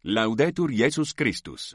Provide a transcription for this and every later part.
Laudetur Jesus Christus.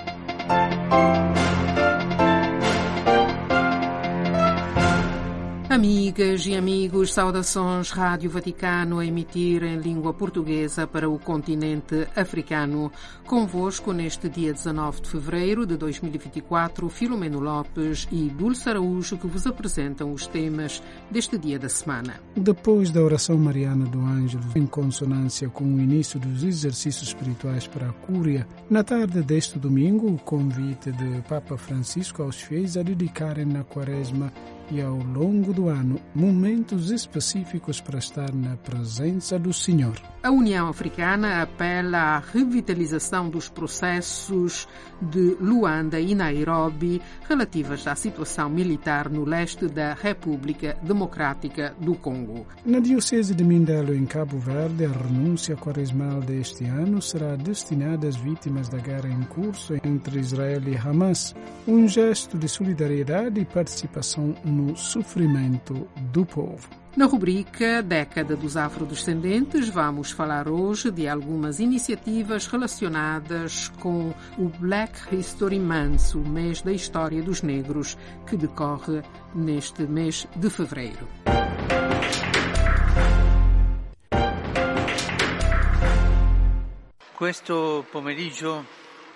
Amigas e amigos, saudações Rádio Vaticano a emitir em língua portuguesa para o continente africano. Convosco neste dia 19 de fevereiro de 2024, Filomeno Lopes e Dulce Araújo que vos apresentam os temas deste dia da semana. Depois da oração mariana do Ângelo, em consonância com o início dos exercícios espirituais para a Cúria, na tarde deste domingo, o convite de Papa Francisco aos fiéis a dedicarem na Quaresma e ao longo do ano momentos específicos para estar na presença do Senhor. A União Africana apela à revitalização dos processos de Luanda e Nairobi relativas à situação militar no leste da República Democrática do Congo. Na Diocese de Mindelo, em Cabo Verde, a renúncia quaresmal deste ano será destinada às vítimas da guerra em curso entre Israel e Hamas, um gesto de solidariedade e participação no sofrimento do povo. Na rubrica Década dos Afrodescendentes, vamos falar hoje de algumas iniciativas relacionadas com o Black History Month, o mês da história dos negros, que decorre neste mês de fevereiro. Questo pomeriggio,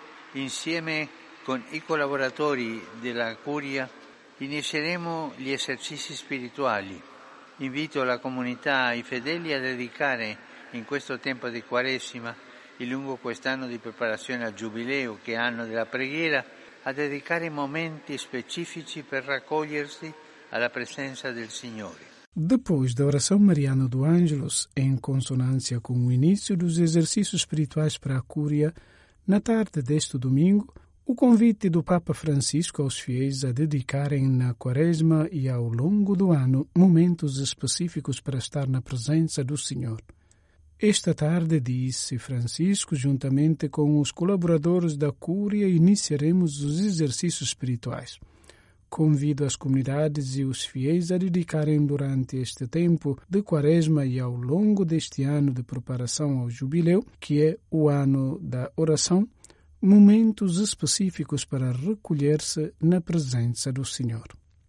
insieme con i collaboratori della Curia, inizieremo gli esercizi spirituali. Invito la comunità e i fedeli a dedicare in questo tempo di Quaresima e lungo quest'anno di preparazione al Giubileo, che è anno della preghiera, a dedicare momenti specifici per raccogliersi alla presenza del Signore. Depois da oração mariana do Ângelus, em consonância com o início dos exercícios espirituais para a Cúria, na tarde deste domingo, o convite do Papa Francisco aos fiéis a dedicarem na Quaresma e ao longo do ano momentos específicos para estar na presença do Senhor. Esta tarde, disse Francisco, juntamente com os colaboradores da Cúria, iniciaremos os exercícios espirituais. Convido as comunidades e os fiéis a dedicarem durante este tempo de Quaresma e ao longo deste ano de preparação ao Jubileu, que é o ano da oração, momentos específicos para recolher-se na presença do Senhor.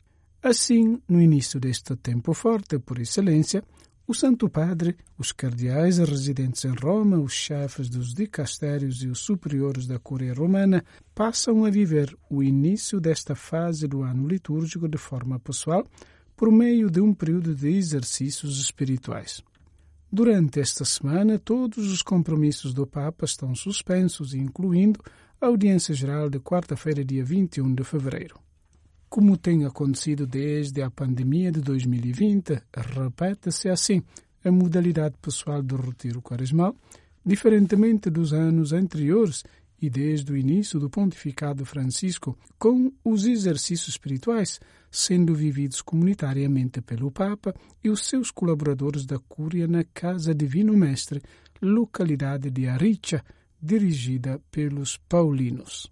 Assim, no início deste tempo forte, por excelência, o Santo Padre, os cardeais residentes em Roma, os chefes dos dicastérios e os superiores da Cúria Romana passam a viver o início desta fase do ano litúrgico de forma pessoal, por meio de um período de exercícios espirituais. Durante esta semana, todos os compromissos do Papa estão suspensos, incluindo a audiência geral de quarta-feira, dia 21 de fevereiro. Como tem acontecido desde a pandemia de 2020, repete-se assim a modalidade pessoal do retiro quaresmal, diferentemente dos anos anteriores e desde o início do pontificado Francisco, com os exercícios espirituais sendo vividos comunitariamente pelo Papa e os seus colaboradores da Cúria na Casa Divino Mestre, localidade de Aricha, dirigida pelos paulinos.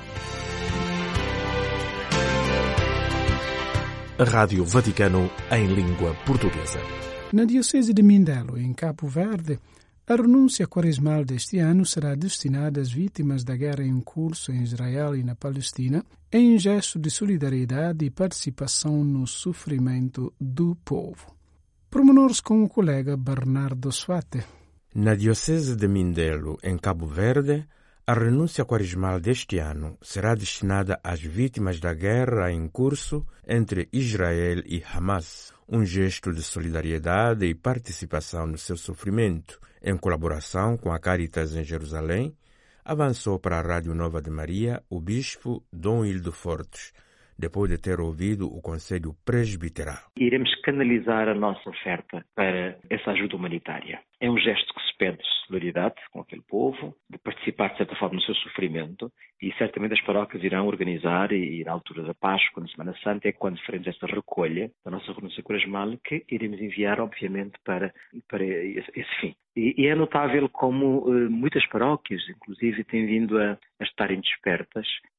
A Rádio Vaticano em língua portuguesa. Na Diocese de Mindelo, em Cabo Verde, a renúncia quaresmal deste ano será destinada às vítimas da guerra em curso em Israel e na Palestina, em gesto de solidariedade e participação no sofrimento do povo. Pormenores com o colega Bernardo Suate. Na Diocese de Mindelo, em Cabo Verde, a renúncia quaresmal deste ano será destinada às vítimas da guerra em curso entre Israel e Hamas, um gesto de solidariedade e participação no seu sofrimento, em colaboração com a Caritas em Jerusalém, avançou para a Rádio Nova de Maria o bispo Dom Hildo Fortes, depois de ter ouvido o Conselho Presbiteral. Iremos canalizar a nossa oferta para essa ajuda humanitária. É um gesto que se pede de solidariedade com aquele povo, de participar de certa forma no seu sofrimento, e certamente as paróquias irão organizar, e na altura da Páscoa, na Semana Santa, é quando faremos esta recolha da nossa renúncia quaresmal, que iremos enviar, obviamente, para esse fim. E é notável como muitas paróquias, inclusive, têm vindo a estarem despertas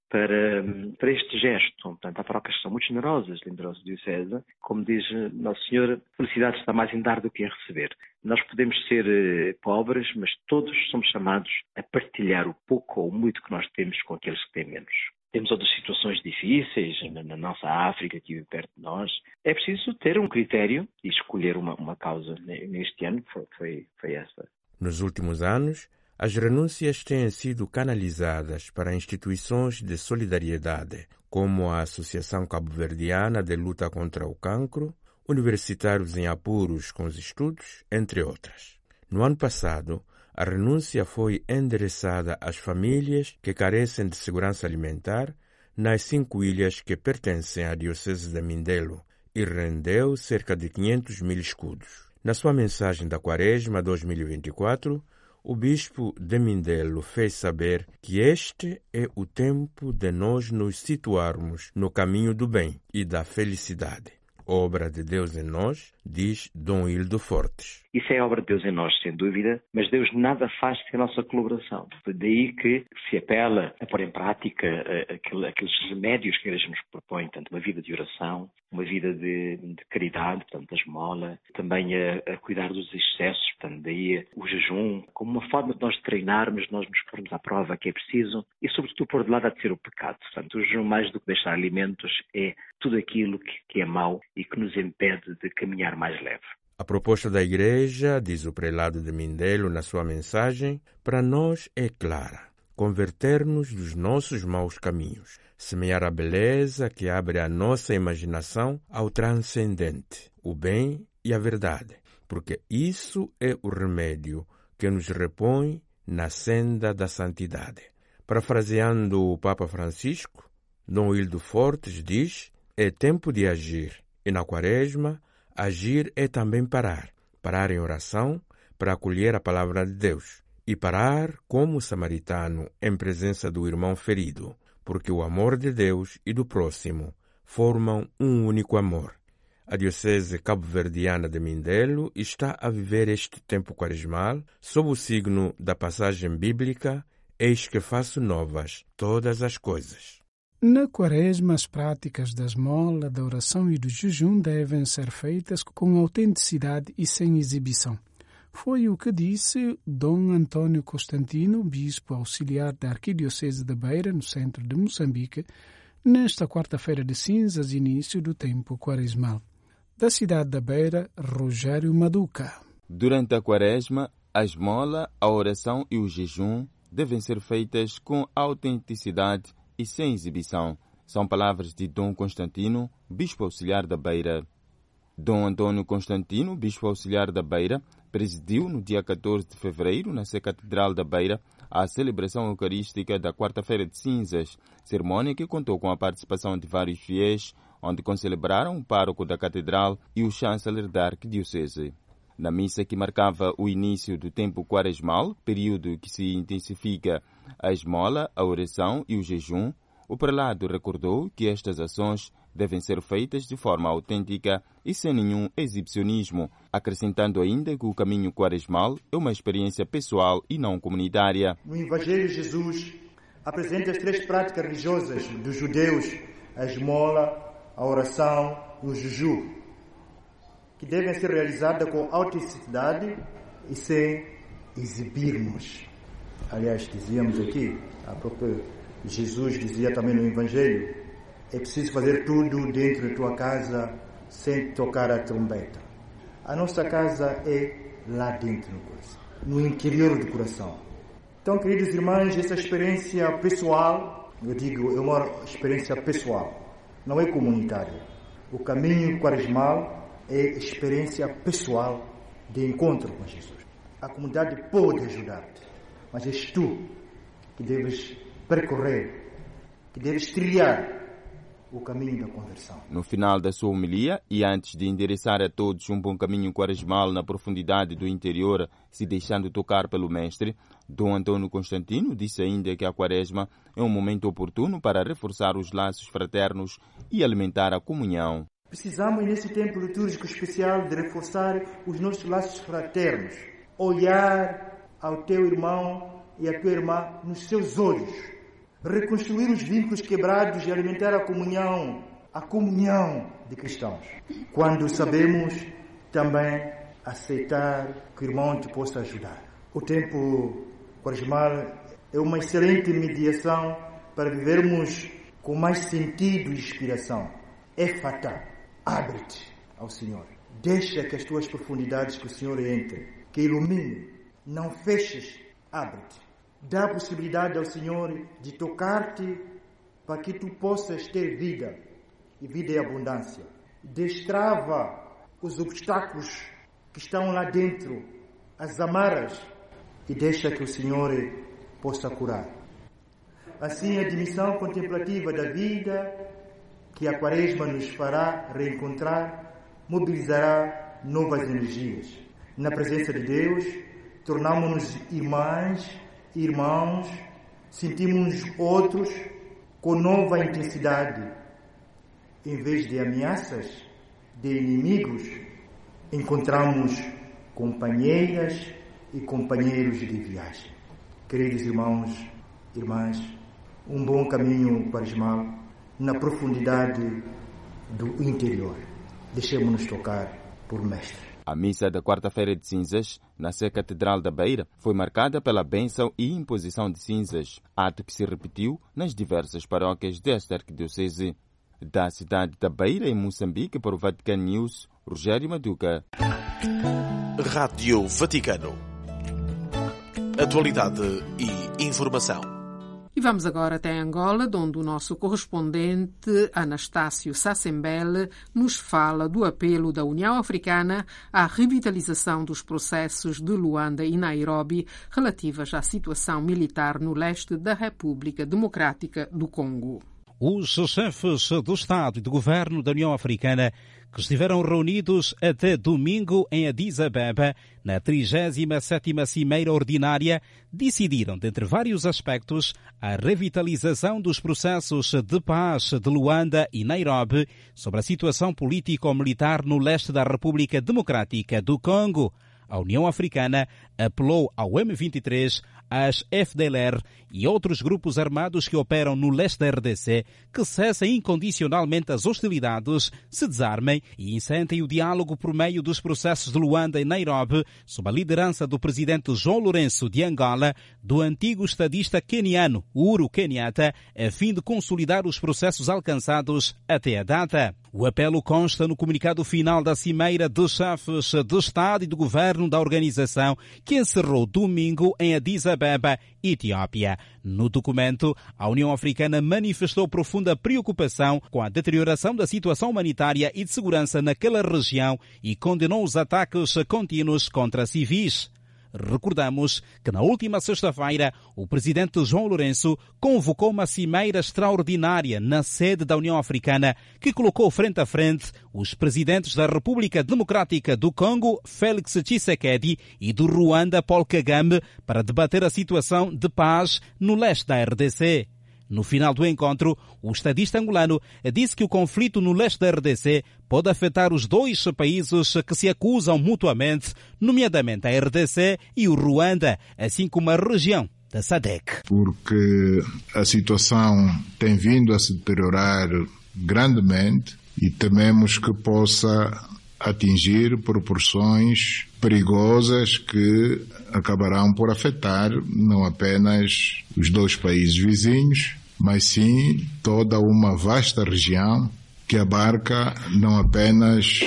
para este gesto. Portanto, há paróquias que são muito generosas dentro da nossa diocese. Como diz Nosso Senhor, a felicidade está mais em dar do que em receber. Nós podemos ser pobres, mas todos somos chamados a partilhar o pouco ou o muito que nós temos com aqueles que têm menos. Temos outras situações difíceis na nossa África, aqui perto de nós. É preciso ter um critério e escolher uma causa. Neste ano foi essa. Nos últimos anos, as renúncias têm sido canalizadas para instituições de solidariedade, como a Associação Cabo-Verdiana de Luta contra o Cancro, universitários em apuros com os estudos, entre outras. No ano passado, a renúncia foi endereçada às famílias que carecem de segurança alimentar nas 5 ilhas que pertencem à Diocese de Mindelo e rendeu cerca de 500 mil escudos. Na sua mensagem da Quaresma 2024, o bispo de Mindelo fez saber que este é o tempo de nós nos situarmos no caminho do bem e da felicidade. Obra de Deus em nós, diz Dom Hildo Fortes. Isso é obra de Deus em nós, sem dúvida, mas Deus nada faz sem a nossa colaboração. Daí que se apela a pôr em prática aqueles remédios que a Igreja nos propõe, tanto uma vida de oração, uma vida de caridade, portanto, da esmola, também a cuidar dos excessos, portanto, daí o jejum, como uma forma de nós treinarmos, nós nos pormos à prova que é preciso e, sobretudo, pôr de lado a de ser o pecado. Portanto, o jejum, mais do que deixar alimentos, é tudo aquilo que é mau e que nos impede de caminhar mais leve. A proposta da Igreja, diz o prelado de Mindelo na sua mensagem, para nós é clara: converter-nos dos nossos maus caminhos, semear a beleza que abre a nossa imaginação ao transcendente, o bem e a verdade, porque isso é o remédio que nos repõe na senda da santidade. Parafraseando o Papa Francisco, Dom Hildo Fortes diz: é tempo de agir, e na Quaresma, agir é também parar. Parar em oração para acolher a palavra de Deus. E parar como o samaritano em presença do irmão ferido, porque o amor de Deus e do próximo formam um único amor. A Diocese Cabo-Verdiana de Mindelo está a viver este tempo quaresmal sob o signo da passagem bíblica: eis que faço novas todas as coisas. Na Quaresma, as práticas da esmola, da oração e do jejum devem ser feitas com autenticidade e sem exibição. Foi o que disse Dom Antônio Constantino, bispo auxiliar da Arquidiocese de Beira, no centro de Moçambique, nesta quarta-feira de cinzas, início do tempo quaresmal. Da cidade da Beira, Rogério Maduca. Durante a Quaresma, a esmola, a oração e o jejum devem ser feitas com autenticidade e sem exibição. São palavras de Dom Constantino, bispo auxiliar da Beira. Dom Antônio Constantino, bispo auxiliar da Beira, presidiu no dia 14 de fevereiro, na Catedral da Beira, a celebração eucarística da Quarta-feira de Cinzas, cerimônia que contou com a participação de vários fiéis, onde concelebraram o pároco da Catedral e o chanceler da Arquidiocese. Na missa que marcava o início do tempo quaresmal, período que se intensifica a esmola, a oração e o jejum, o prelado recordou que estas ações devem ser feitas de forma autêntica e sem nenhum exibicionismo, acrescentando ainda que o caminho quaresmal é uma experiência pessoal e não comunitária. No Evangelho, Jesus apresenta as 3 práticas religiosas dos judeus: a esmola, a oração e o jejum, que devem ser realizadas com autenticidade e sem exibirmos. Aliás, dizíamos aqui, a própria Jesus dizia também no Evangelho: é preciso fazer tudo dentro da tua casa sem tocar a trombeta. A nossa casa é lá dentro do coração, no interior do coração. Então, queridos irmãos, essa experiência pessoal, eu digo, é uma experiência pessoal, não é comunitária. O caminho quaresmal é experiência pessoal de encontro com Jesus. A comunidade pode ajudar-te, mas és tu que deves percorrer, que deves trilhar o caminho da conversão. No final da sua homilia, e antes de endereçar a todos um bom caminho quaresmal na profundidade do interior, se deixando tocar pelo Mestre, Dom Antônio Constantino disse ainda que a Quaresma é um momento oportuno para reforçar os laços fraternos e alimentar a comunhão. Precisamos, nesse tempo litúrgico especial, de reforçar os nossos laços fraternos. Olhar ao teu irmão e à tua irmã nos seus olhos. reconstruir os vínculos quebrados e alimentar a comunhão de cristãos. Quando sabemos também aceitar que o irmão te possa ajudar. O tempo quaresmal é uma excelente mediação para vivermos com mais sentido e inspiração. Éfata, abre-te ao Senhor. Deixa que as tuas profundidades que o Senhor entre, que ilumine. Não feches, abre-te. Dá a possibilidade ao Senhor de tocar-te para que tu possas ter vida e vida em abundância. Destrava os obstáculos que estão lá dentro, as amarras, e deixa que o Senhor possa curar. Assim, a dimensão contemplativa da vida que a Quaresma nos fará reencontrar mobilizará novas energias. Na presença de Deus, tornamos-nos irmãs e irmãos, sentimos outros com nova intensidade. Em vez de ameaças, de inimigos, encontramos companheiras e companheiros de viagem. Queridos irmãos e irmãs, um bom caminho quaresmal na profundidade do interior. Deixemos-nos tocar por Mestre. A missa da quarta-feira de cinzas, na Sé Catedral da Beira, foi marcada pela bênção e imposição de cinzas, ato que se repetiu nas diversas paróquias desta arquidiocese. Da cidade da Beira, em Moçambique, para o Vatican News, Rogério Maduca. Rádio Vaticano. Atualidade e informação. E vamos agora até Angola, onde o nosso correspondente Anastácio Sassembele nos fala do apelo da União Africana à revitalização dos processos de Luanda e Nairobi relativas à situação militar no leste da República Democrática do Congo. Os chefes do Estado e do Governo da União Africana, que estiveram reunidos até domingo em Addis Abeba, na 37ª Cimeira Ordinária, decidiram, dentre vários aspectos, a revitalização dos processos de paz de Luanda e Nairobi sobre a situação político-militar no leste da República Democrática do Congo. A União Africana apelou ao M23, às FDLR e outros grupos armados que operam no leste da RDC que cessem incondicionalmente as hostilidades, se desarmem e incentem o diálogo por meio dos processos de Luanda e Nairobi, sob a liderança do presidente João Lourenço de Angola, do antigo estadista queniano Uhuru Kenyatta, a fim de consolidar os processos alcançados até a data. O apelo consta no comunicado final da Cimeira dos Chefes de Estado e do Governo da organização, que encerrou domingo em Addis Abeba, Etiópia. No documento, a União Africana manifestou profunda preocupação com a deterioração da situação humanitária e de segurança naquela região e condenou os ataques contínuos contra civis. Recordamos que na última sexta-feira o presidente João Lourenço convocou uma cimeira extraordinária na sede da União Africana que colocou frente a frente os presidentes da República Democrática do Congo, Félix Tshisekedi, e do Ruanda, Paul Kagame, para debater a situação de paz no leste da RDC. No final do encontro, o estadista angolano disse que o conflito no leste da RDC pode afetar os dois países que se acusam mutuamente, nomeadamente a RDC e o Ruanda, assim como a região da SADC. Porque a situação tem vindo a se deteriorar grandemente e tememos que possa atingir proporções perigosas que acabarão por afetar não apenas os dois países vizinhos, mas sim toda uma vasta região que abarca não apenas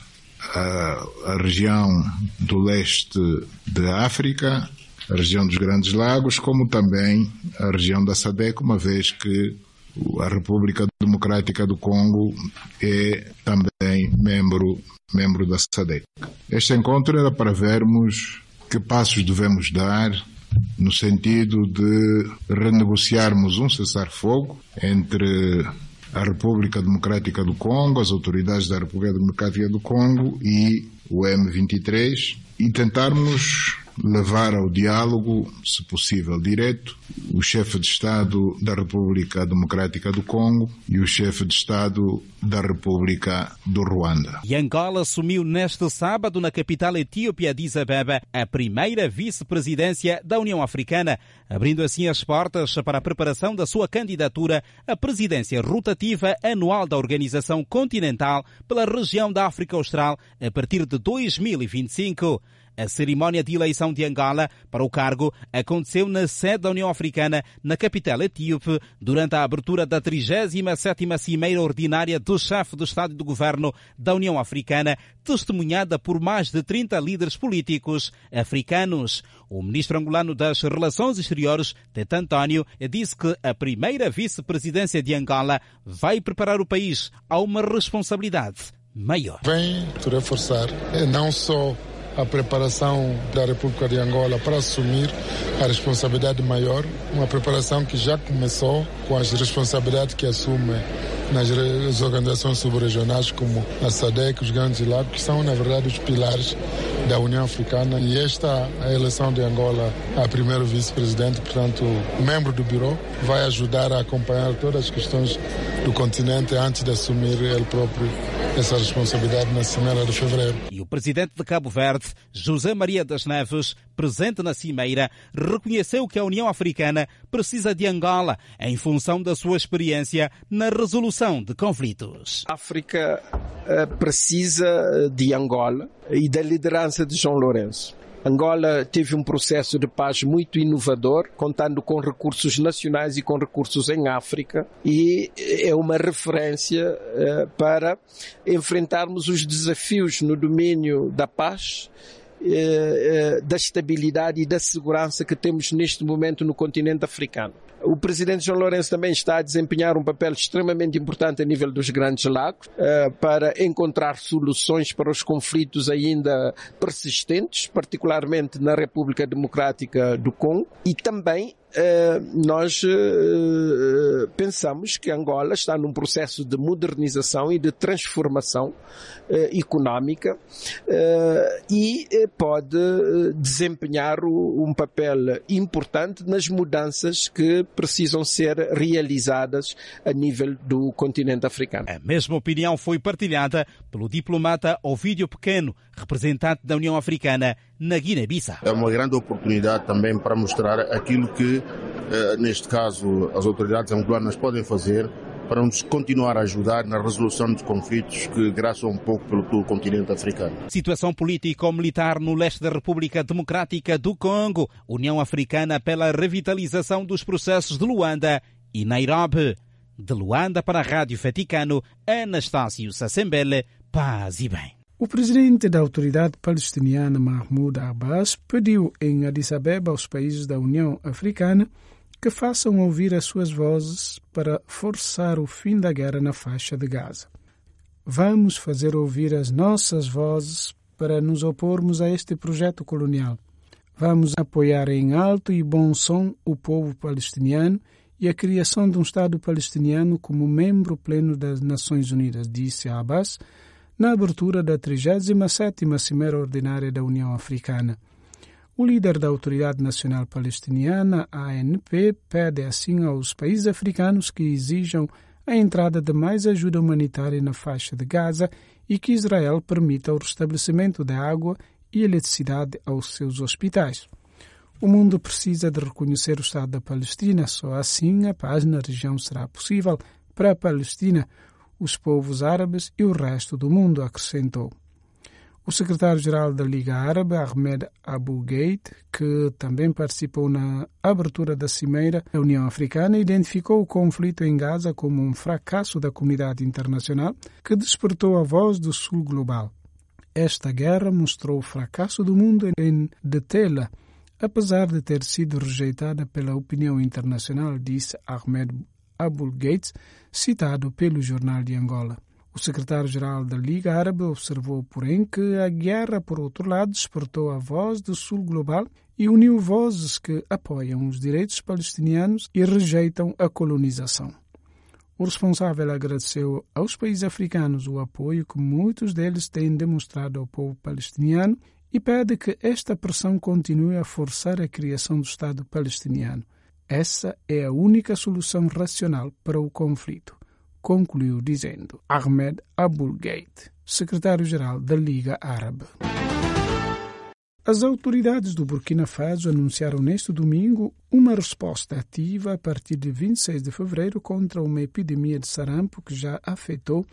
a região do leste da África, a região dos Grandes Lagos, como também a região da SADC, uma vez que a República Democrática do Congo é também membro da SADC. Este encontro era para vermos que passos devemos dar no sentido de renegociarmos um cessar-fogo entre a República Democrática do Congo, as autoridades da República Democrática do Congo e o M23 e tentarmos levar ao diálogo, se possível direto, o chefe de Estado da República Democrática do Congo e o chefe de Estado da República do Ruanda. E Angola assumiu neste sábado, na capital etíope Addis Abeba, a primeira vice-presidência da União Africana, abrindo assim as portas para a preparação da sua candidatura à presidência rotativa anual da Organização Continental pela região da África Austral a partir de 2025. A cerimónia de eleição de Angola para o cargo aconteceu na sede da União Africana, na capital etíope, durante a abertura da 37ª Cimeira Ordinária do Chefe do Estado e do Governo da União Africana, testemunhada por mais de 30 líderes políticos africanos. O ministro angolano das Relações Exteriores, Tete António, disse que a primeira vice-presidência de Angola vai preparar o país a uma responsabilidade maior. Vem reforçar não só a preparação da República de Angola para assumir a responsabilidade maior, uma preparação que já começou com as responsabilidades que assume nas organizações subregionais como a SADC, os Grandes Lagos, que são, na verdade, os pilares da União Africana. E esta a eleição de Angola a primeiro vice-presidente, portanto, membro do Bureau, vai ajudar a acompanhar todas as questões do continente antes de assumir ele próprio essa responsabilidade na Cimeira de fevereiro. E o presidente de Cabo Verde, José Maria das Neves, presente na Cimeira, reconheceu que a União Africana precisa de Angola em função da sua experiência na resolução de conflitos. A África precisa de Angola e da liderança de João Lourenço. Angola teve um processo de paz muito inovador, contando com recursos nacionais e com recursos em África, e é uma referência para enfrentarmos os desafios no domínio da paz, da estabilidade e da segurança que temos neste momento no continente africano. O presidente João Lourenço também está a desempenhar um papel extremamente importante a nível dos Grandes Lagos para encontrar soluções para os conflitos ainda persistentes, particularmente na República Democrática do Congo, e também nós pensamos que Angola está num processo de modernização e de transformação económica e pode desempenhar um papel importante nas mudanças que precisam ser realizadas a nível do continente africano. A mesma opinião foi partilhada pelo diplomata Ovídio Pequeno, representante da União Africana na Guiné-Bissau. É uma grande oportunidade também para mostrar aquilo que, neste caso, as autoridades angolanas podem fazer para nos continuar a ajudar na resolução dos conflitos que graçam um pouco pelo continente africano. Situação político-militar no leste da República Democrática do Congo. União Africana pela revitalização dos processos de Luanda e Nairobi. De Luanda para a Rádio Vaticano, Anastácio Sassembele, paz e bem. O presidente da Autoridade Palestiniana, Mahmoud Abbas, pediu em Addis Abeba aos países da União Africana que façam ouvir as suas vozes para forçar o fim da guerra na faixa de Gaza. Vamos fazer ouvir as nossas vozes para nos opormos a este projeto colonial. Vamos apoiar em alto e bom som o povo palestiniano e a criação de um Estado palestiniano como membro pleno das Nações Unidas, disse Abbas, na abertura da 37ª Cimeira Ordinária da União Africana. O líder da Autoridade Nacional Palestiniana, ANP, pede assim aos países africanos que exijam a entrada de mais ajuda humanitária na faixa de Gaza e que Israel permita o restabelecimento da água e eletricidade aos seus hospitais. O mundo precisa de reconhecer o Estado da Palestina, só assim a paz na região será possível para a Palestina, os povos árabes e o resto do mundo, acrescentou. O secretário-geral da Liga Árabe, Ahmed Abou-Gheit, que também participou na abertura da Cimeira da União Africana, identificou o conflito em Gaza como um fracasso da comunidade internacional que despertou a voz do Sul global. Esta guerra mostrou o fracasso do mundo em detê-la, apesar de ter sido rejeitada pela opinião internacional, disse Ahmed Abou-Gheit, citado pelo Jornal de Angola. O secretário-geral da Liga Árabe observou, porém, que a guerra, por outro lado, despertou a voz do Sul global e uniu vozes que apoiam os direitos palestinianos e rejeitam a colonização. O responsável agradeceu aos países africanos o apoio que muitos deles têm demonstrado ao povo palestiniano e pede que esta pressão continue a forçar a criação do Estado palestiniano. Essa é a única solução racional para o conflito, concluiu dizendo Ahmed Abul-Gheit, secretário-geral da Liga Árabe. As autoridades do Burkina Faso anunciaram neste domingo uma resposta ativa a partir de 26 de fevereiro contra uma epidemia de sarampo que já afetou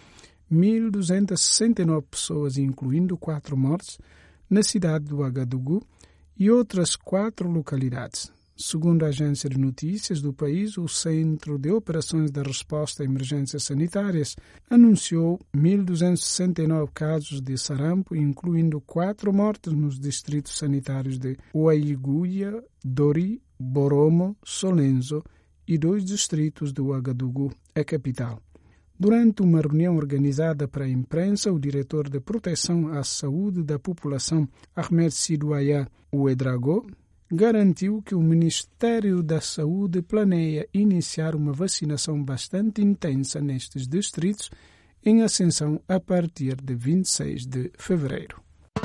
1.269 pessoas, incluindo 4 mortes, na cidade do Ouagadougou e outras 4 localidades. Segundo a agência de notícias do país, o Centro de Operações da Resposta a Emergências Sanitárias anunciou 1.269 casos de sarampo, incluindo 4 mortes nos distritos sanitários de Ouaïguia, Dori, Boromo, Solenzo e 2 distritos de Ouagadougou, a capital. Durante uma reunião organizada para a imprensa, o diretor de Proteção à Saúde da População, Ahmed Sidouaya Ouedraogo, garantiu que o Ministério da Saúde planeia iniciar uma vacinação bastante intensa nestes distritos em ascensão a partir de 26 de fevereiro.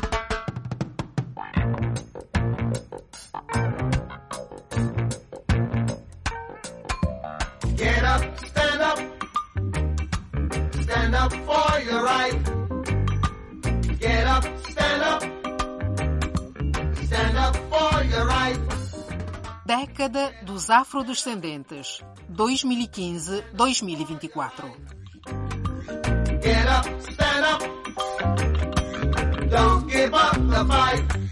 Get up, stand up. Stand up for your right. Get up, stand up. Stand up for your right. Década dos afrodescendentes, 2015-2024. Get up, stand up. Don't give up the fight.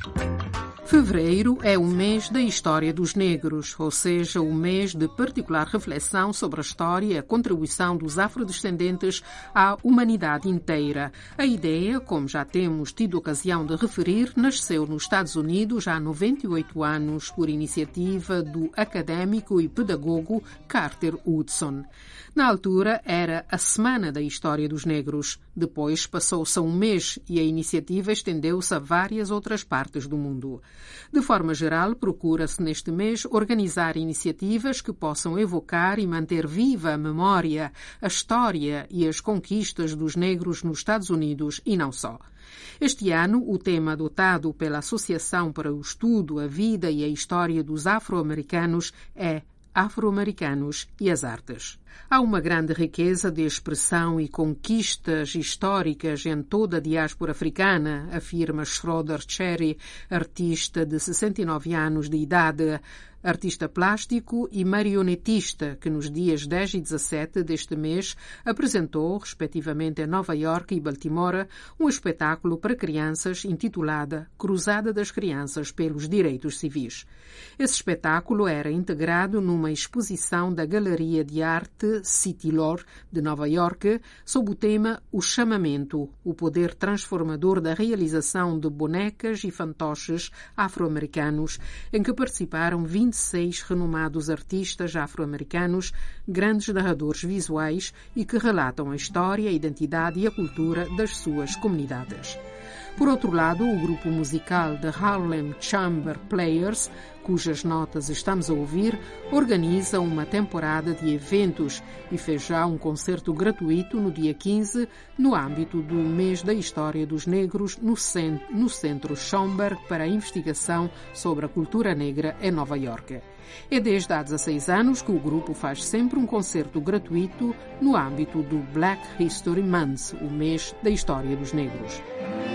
Fevereiro é o mês da história dos negros, ou seja, o mês de particular reflexão sobre a história e a contribuição dos afrodescendentes à humanidade inteira. A ideia, como já temos tido ocasião de referir, nasceu nos Estados Unidos há 98 anos por iniciativa do académico e pedagogo Carter Woodson. Na altura era a Semana da História dos Negros. Depois passou-se a um mês e a iniciativa estendeu-se a várias outras partes do mundo. De forma geral, procura-se neste mês organizar iniciativas que possam evocar e manter viva a memória, a história e as conquistas dos negros nos Estados Unidos e não só. Este ano, o tema adotado pela Associação para o Estudo, a Vida e a História dos Afro-Americanos é Afro-Americanos e as Artes. Há uma grande riqueza de expressão e conquistas históricas em toda a diáspora africana, afirma Schroeder Cherry, artista de 69 anos de idade, artista plástico e marionetista, que nos dias 10 e 17 deste mês apresentou, respectivamente em Nova Iorque e Baltimore, um espetáculo para crianças intitulado Cruzada das Crianças pelos Direitos Civis. Esse espetáculo era integrado numa exposição da Galeria de Arte City Lore de Nova Iorque sob o tema O Chamamento, o poder transformador da realização de bonecas e fantoches afro-americanos, em que participaram 26 renomados artistas afro-americanos, grandes narradores visuais e que relatam a história, a identidade e a cultura das suas comunidades. Por outro lado, o grupo musical The Harlem Chamber Players, cujas notas estamos a ouvir, organiza uma temporada de eventos e fez já um concerto gratuito no dia 15, no âmbito do Mês da História dos Negros, no Centro Schomburg para a Investigação sobre a Cultura Negra em Nova Iorque. É desde há 16 anos que o grupo faz sempre um concerto gratuito no âmbito do Black History Month, o Mês da História dos Negros.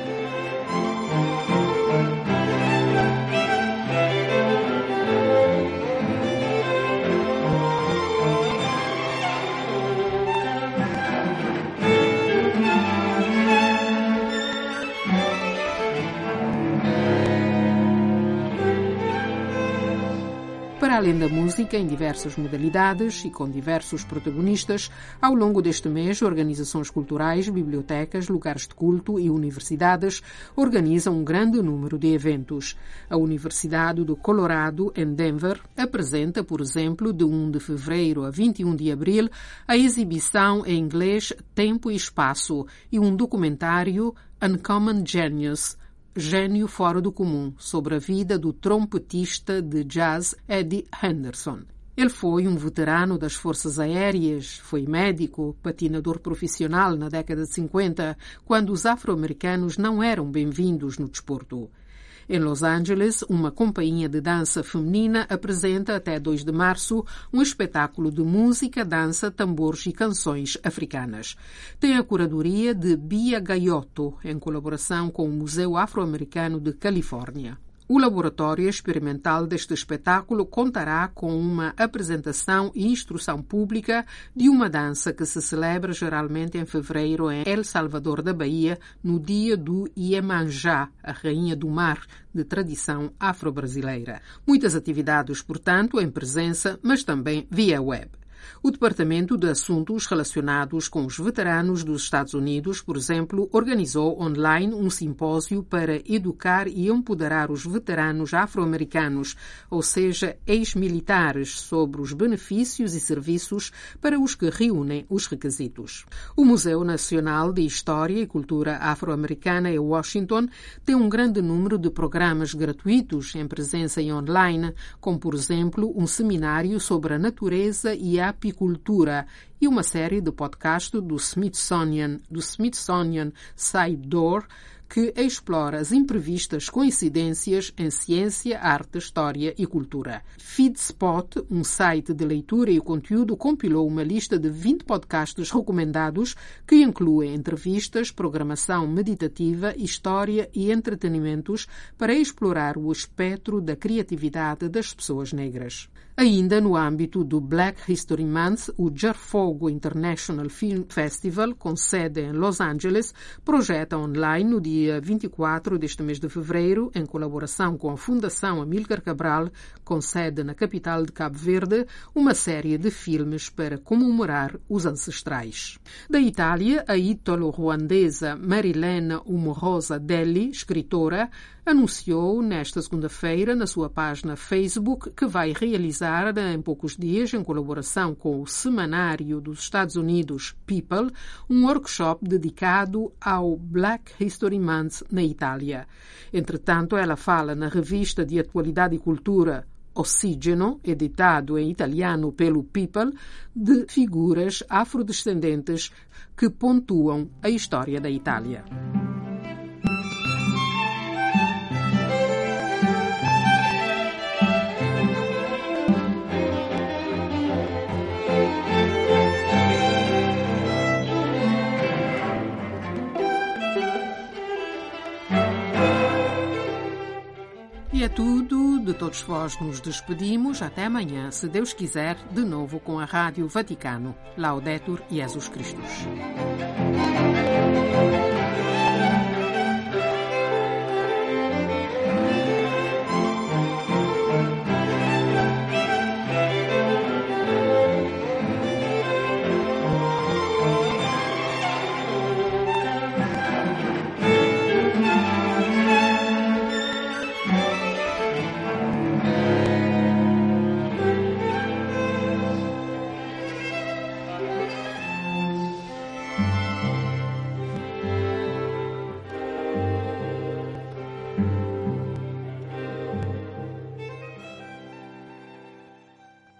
Para além da música, em diversas modalidades e com diversos protagonistas, ao longo deste mês, organizações culturais, bibliotecas, lugares de culto e universidades organizam um grande número de eventos. A Universidade do Colorado, em Denver, apresenta, por exemplo, de 1 de fevereiro a 21 de abril, a exibição em inglês Tempo e Espaço e um documentário Uncommon Genius, Gênio Fora do Comum, sobre a vida do trompetista de jazz Eddie Henderson. Ele foi um veterano das forças aéreas, foi médico, patinador profissional na década de 50, quando os afro-americanos não eram bem-vindos no desporto. Em Los Angeles, uma companhia de dança feminina apresenta até 2 de março um espetáculo de música, dança, tambores e canções africanas. Tem a curadoria de Bia Gaiotto, em colaboração com o Museu Afro-Americano de Califórnia. O laboratório experimental deste espetáculo contará com uma apresentação e instrução pública de uma dança que se celebra geralmente em fevereiro em El Salvador da Bahia, no dia do Iemanjá, a rainha do mar, de tradição afro-brasileira. Muitas atividades, portanto, em presença, mas também via web. O Departamento de Assuntos Relacionados com os Veteranos dos Estados Unidos, por exemplo, organizou online um simpósio para educar e empoderar os veteranos afro-americanos, ou seja, ex-militares, sobre os benefícios e serviços para os que reúnem os requisitos. O Museu Nacional de História e Cultura Afro-Americana em Washington tem um grande número de programas gratuitos em presença e online, como, por exemplo, um seminário sobre a natureza e a apicultura e uma série de podcasts do Smithsonian Side Door, que explora as imprevistas coincidências em ciência, arte, história e cultura. Feedspot, um site de leitura e conteúdo, compilou uma lista de 20 podcasts recomendados que incluem entrevistas, programação meditativa, história e entretenimentos para explorar o espectro da criatividade das pessoas negras. Ainda no âmbito do Black History Month, o Jarfogo International Film Festival, com sede em Los Angeles, projeta online no dia 24 deste mês de fevereiro, em colaboração com a Fundação Amílcar Cabral, com sede na capital de Cabo Verde, uma série de filmes para comemorar os ancestrais. Da Itália, a ítalo-ruandesa Marilena Umorosa Delli, escritora, anunciou nesta segunda-feira na sua página Facebook que vai realizar em poucos dias, em colaboração com o semanário dos Estados Unidos People, um workshop dedicado ao Black History Month na Itália. Entretanto, ela fala na revista de atualidade e cultura Ossigeno, editado em italiano pelo People, de figuras afrodescendentes que pontuam a história da Itália. E é tudo. De todos vós nos despedimos. Até amanhã, se Deus quiser, de novo com a Rádio Vaticano. Laudetur Jesus Christus.